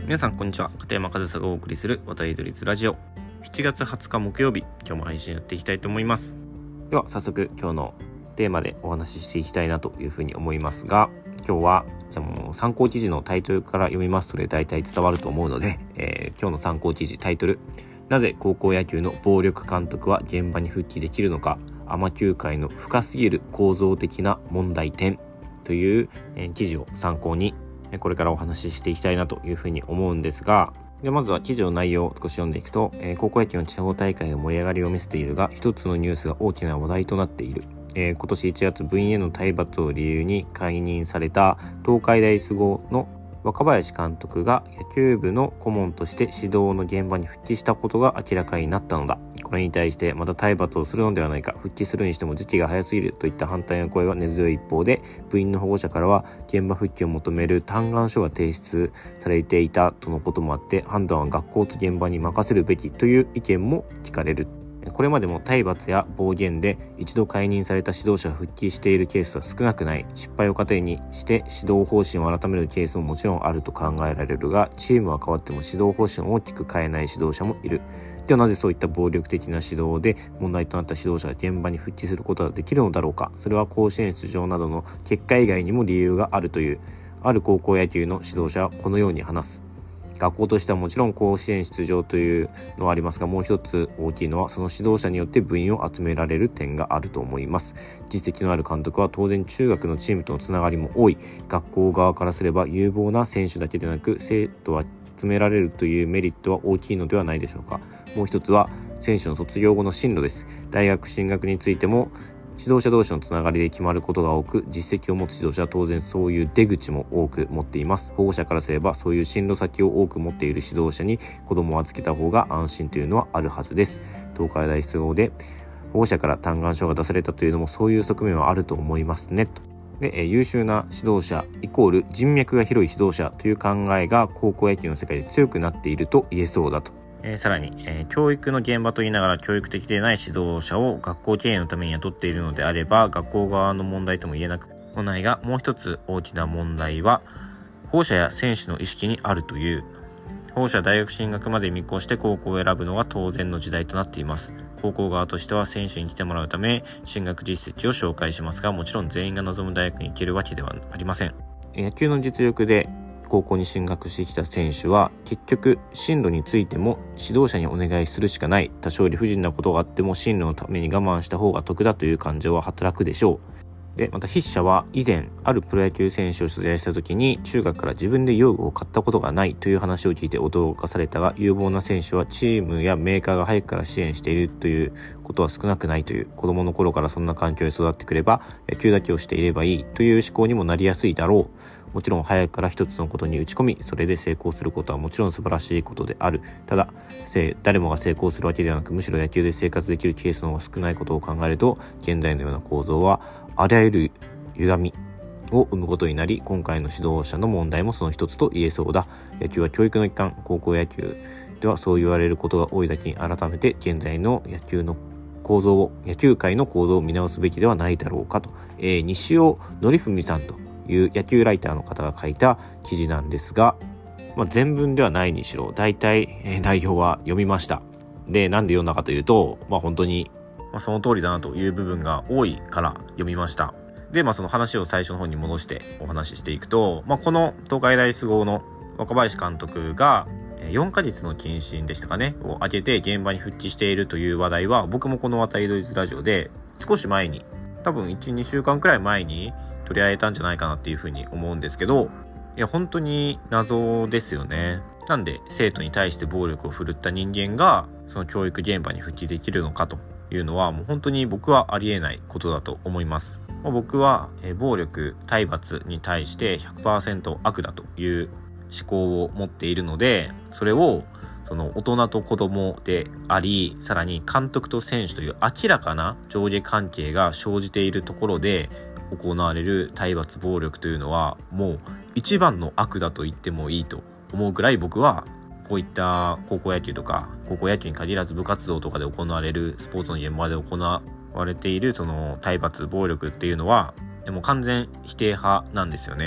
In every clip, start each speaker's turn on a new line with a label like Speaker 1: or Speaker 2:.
Speaker 1: 皆さんこんにちは。片山和沙がお送りする渡り鳥ズラジオ、7月20日木曜日、今日も配信やっていきたいと思います。では早速今日のテーマでお話ししていきたいなというふうに思いますが、今日はじゃあもう参考記事のタイトルから読みますと大体伝わると思うので、今日の参考記事タイトル、なぜ高校野球の暴力監督は現場に復帰できるのか、アマ球界の深すぎる構造的な問題点という、記事を参考にこれからお話ししていきたいなというふうに思うんですが、まずは記事の内容を少し読んでいくと、高校野球の地方大会が盛り上がりを見せているが、一つのニュースが大きな話題となっている。今年1月部員への体罰を理由に解任された東海大菅生の若林監督が野球部の顧問として指導の現場に復帰したことが明らかになったのだ。これに対してまた体罰をするのではないか、復帰するにしても時期が早すぎるといった反対の声は根強い一方で、部員の保護者からは現場復帰を求める嘆願書が提出されていたとのこともあって、判断は学校と現場に任せるべきという意見も聞かれる。これまでも体罰や暴言で一度解任された指導者が復帰しているケースは少なくない。失敗を糧にして指導方針を改めるケースももちろんあると考えられるが、チームは変わっても指導方針を大きく変えない指導者もいる。ではなぜそういった暴力的な指導で問題となった指導者が現場に復帰することができるのだろうか。それは甲子園出場などの結果以外にも理由があるという、ある高校野球の指導者はこのように話す。学校としてはもちろん甲子園出場というのはありますが、もう一つ大きいのはその指導者によって部員を集められる点があると思います。実績のある監督は当然中学のチームとのつながりも多い。学校側からすれば有望な選手だけでなく生徒は集められるというメリットは大きいのではないでしょうか。もう一つは選手の卒業後の進路です。大学進学についても指導者同士のつながりで決まることが多く、実績を持つ指導者は当然そういう出口も多く持っています。保護者からすればそういう進路先を多く持っている指導者に子供を預けた方が安心というのはあるはずです。東海大菅生で保護者から嘆願書が出されたというのもそういう側面はあると思いますねと。で、優秀な指導者イコール人脈が広い指導者という考えが高校野球の世界で強くなっていると言えそうだと。さらに、教育の現場と言いながら教育的でない指導者を学校経営のために雇っているのであれば、学校側の問題とも言えなくもないが、もう一つ大きな問題は保護者や選手の意識にあるという。保護者は大学進学まで見越して高校を選ぶのが当然の時代となっています。高校側としては選手に来てもらうため進学実績を紹介しますが、もちろん全員が望む大学に行けるわけではありません。野球の実力で高校に進学してきた選手は結局進路についても指導者にお願いするしかない。多少理不尽なことがあっても進路のために我慢した方が得だという感情は働くでしょう。で、また筆者は以前あるプロ野球選手を取材した時に、中学から自分で用具を買ったことがないという話を聞いて驚かされたが、有望な選手はチームやメーカーが早くから支援しているということは少なくないという。子供の頃からそんな環境で育ってくれば野球だけをしていればいいという思考にもなりやすいだろう。もちろん早くから一つのことに打ち込み、それで成功することはもちろん素晴らしいことである。ただ誰もが成功するわけではなく、むしろ野球で生活できるケースの方が少ないことを考えると、現在のような構造はあらゆる歪みを生むことになり、今回の指導者の問題もその一つと言えそうだ。野球は教育の一環。高校野球ではそう言われることが多いだけに、改めて現在の野球界の構造を見直すべきではないだろうかと、西尾則文さんという野球ライターの方が書いた記事なんですが、全文ではないにしろ大体、内容は読みました。で、なんで読んだかというと、本当にその通りだなという部分が多いから読みました。で、その話を最初の方に戻してお話ししていくと、この東海大菅生の若林監督が4ヶ月の謹慎でしたかねを明けて現場に復帰しているという話題は、僕もこの渡り鳥ズラジオで少し前に、多分 1,2 週間くらい前に取り上げたんじゃないかなっていうふうに思うんですけど、いや本当に謎ですよね。なんで生徒に対して暴力を振るった人間がその教育現場に復帰できるのかというのは、もう本当に僕はありえないことだと思います。僕は暴力体罰に対して 100% 悪だという思考を持っているので、それをその大人と子供であり、さらに監督と選手という明らかな上下関係が生じているところで行われる体罰暴力というのは、もう一番の悪だと言ってもいいと思うくらい、僕はこういった高校野球とか、高校野球に限らず部活動とかで行われるスポーツの現場で行われているその体罰暴力っていうのはもう完全否定派なんですよね。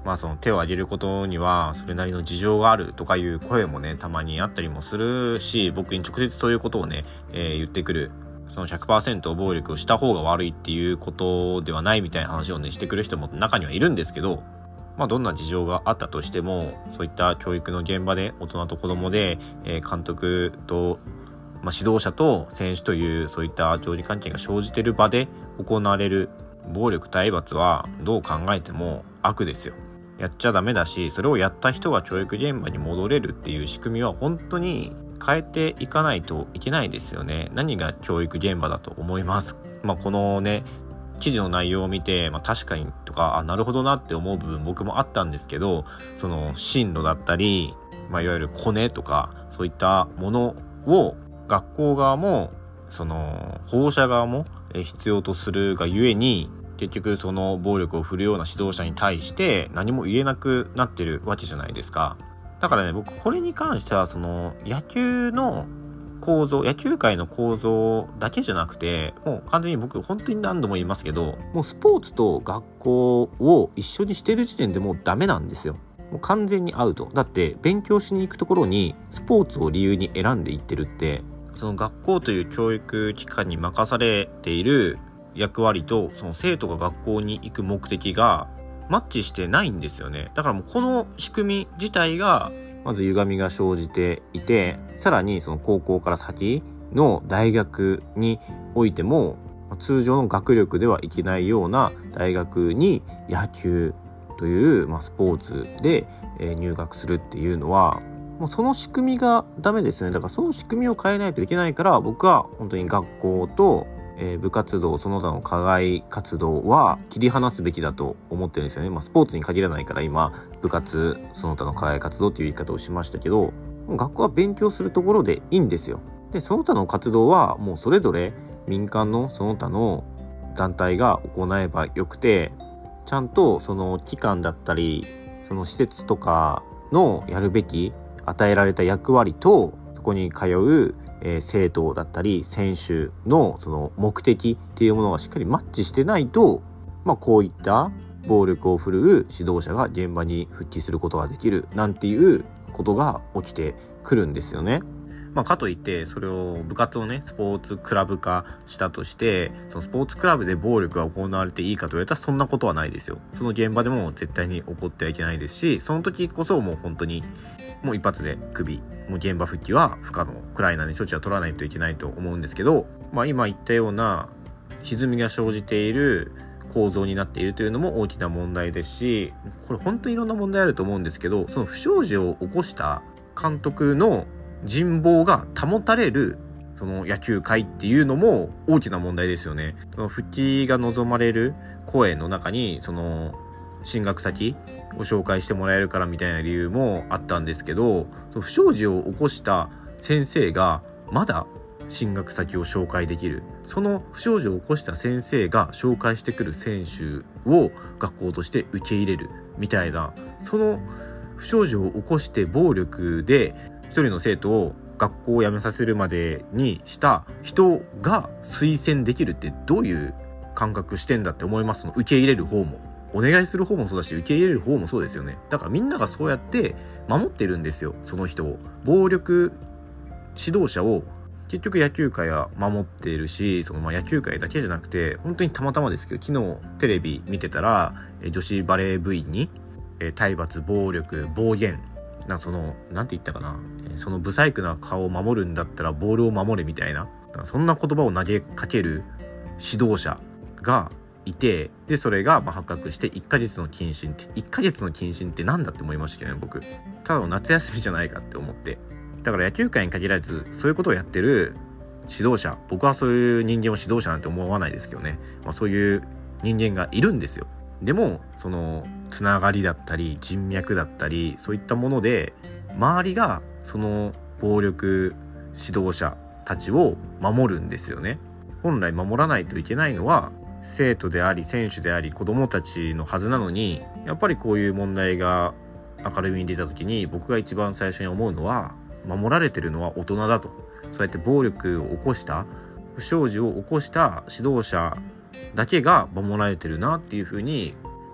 Speaker 1: その手を挙げることにはそれなりの事情があるとかいう声もねたまにあったりもするし、僕に直接そういうことをね、言ってくる、その 100% 暴力をした方が悪いっていうことではないみたいな話をねしてくる人も中にはいるんですけど、どんな事情があったとしても、そういった教育の現場で大人と子供で、監督と、指導者と選手というそういった上下関係が生じている場で行われる暴力体罰はどう考えても悪ですよ。やっちゃダメだし、それをやった人が教育現場に戻れるっていう仕組みは本当に変えていかないといけないですよね。何が教育現場だと思います。このね記事の内容を見て、確かにとかなるほどなって思う部分僕もあったんですけど、その進路だったり、いわゆるコネとかそういったものを学校側もその保護者側も必要とするがゆえに、結局その暴力を振るような指導者に対して何も言えなくなってるわけじゃないですか。だからね、僕これに関してはその野球の構造、野球界の構造だけじゃなくて、もう完全に僕本当に何度も言いますけど、もうスポーツと学校を一緒にしてる時点でもうダメなんですよ。もう完全にアウト。だって勉強しに行くところにスポーツを理由に選んでいってるって、その学校という教育機関に任されている役割とその生徒が学校に行く目的がマッチしてないんですよね。だからもうこの仕組み自体がまず歪みが生じていて、さらにその高校から先の大学においても通常の学力ではいけないような大学に野球という、スポーツで入学するっていうのはもうその仕組みがダメですね。だからその仕組みを変えないといけないから、僕は本当に学校と部活動その他の課外活動は切り離すべきだと思ってるんですよね。スポーツに限らないから今部活その他の課外活動っていう言い方をしましたけど、もう学校は勉強するところでいいんですよ。でその他の活動はもうそれぞれ民間のその他の団体が行えばよくて、ちゃんとその機関だったりその施設とかのやるべき与えられた役割とそこに通う生徒だったり選手のその目的っていうものがしっかりマッチしてないと、こういった暴力を振るう指導者が現場に復帰することができるなんていうことが起きてくるんですよね。かといってそれを部活をねスポーツクラブ化したとして、そのスポーツクラブで暴力が行われていいかと言われたらそんなことはないですよ。その現場でも絶対に起こってはいけないですし、その時こそもう本当にもう一発でクビ、もう現場復帰は不可能くらいなので処置は取らないといけないと思うんですけど、今言ったような歪みが生じている構造になっているというのも大きな問題ですし、これ本当にいろんな問題あると思うんですけど、その不祥事を起こした監督の人望が保たれるその野球界っていうのも大きな問題ですよね。その復帰が望まれる声の中にその進学先を紹介してもらえるからみたいな理由もあったんですけど、その不祥事を起こした先生がまだ進学先を紹介できる、その不祥事を起こした先生が紹介してくる選手を学校として受け入れるみたいな、その不祥事を起こして暴力で一人の生徒を学校を辞めさせるまでにした人が推薦できるってどういう感覚してんだって思いますの。受け入れる方もお願いする方もそうだし、受け入れる方もそうですよね。だからみんながそうやって守ってるんですよ、その人を。暴力指導者を結局野球界は守っているし、その野球界だけじゃなくて本当にたまたまですけど、昨日テレビ見てたら女子バレー部員に体罰、暴力、暴言そのなんて言ったかな、そのブサイクな顔を守るんだったらボールを守れみたいな、そんな言葉を投げかける指導者がいて、でそれが発覚して1ヶ月の謹慎ってなんだって思いましたけどね。僕ただの夏休みじゃないかって思って。だから野球界に限らずそういうことをやってる指導者、僕はそういう人間を指導者なんて思わないですけどね、そういう人間がいるんですよ。でもそのつながりだったり人脈だったりそういったもので周りがその暴力指導者たちを守るんですよね。本来守らないといけないのは生徒であり選手であり子どもたちのはずなのに、やっぱりこういう問題が明るみに出た時に僕が一番最初に思うのは、守られてるのは大人だと。そうやって暴力を起こした不祥事を起こした指導者だけが守られてるなっていう風に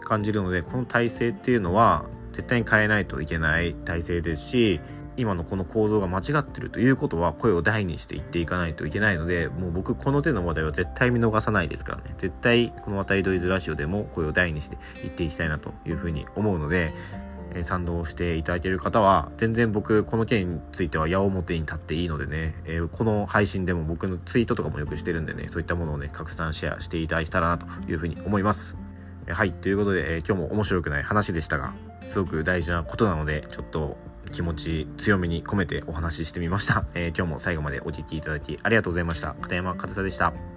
Speaker 1: 感じるので、この体制っていうのは絶対に変えないといけない体制ですし、今のこの構造が間違ってるということは声を大にして言っていかないといけないので、もう僕この手の話題は絶対見逃さないですからね。絶対この渡り鳥ズラジオでも声を大にして言っていきたいなというふうに思うので、賛同していただける方は全然僕この件については矢面に立っていいのでね、この配信でも僕のツイートとかもよくしてるんでね、そういったものをね拡散シェアしていただけたらなというふうに思います。はい、ということで、今日も面白くない話でしたが、すごく大事なことなのでちょっと気持ち強めに込めてお話ししてみました。今日も最後までお聞きいただきありがとうございました。片山和沙でした。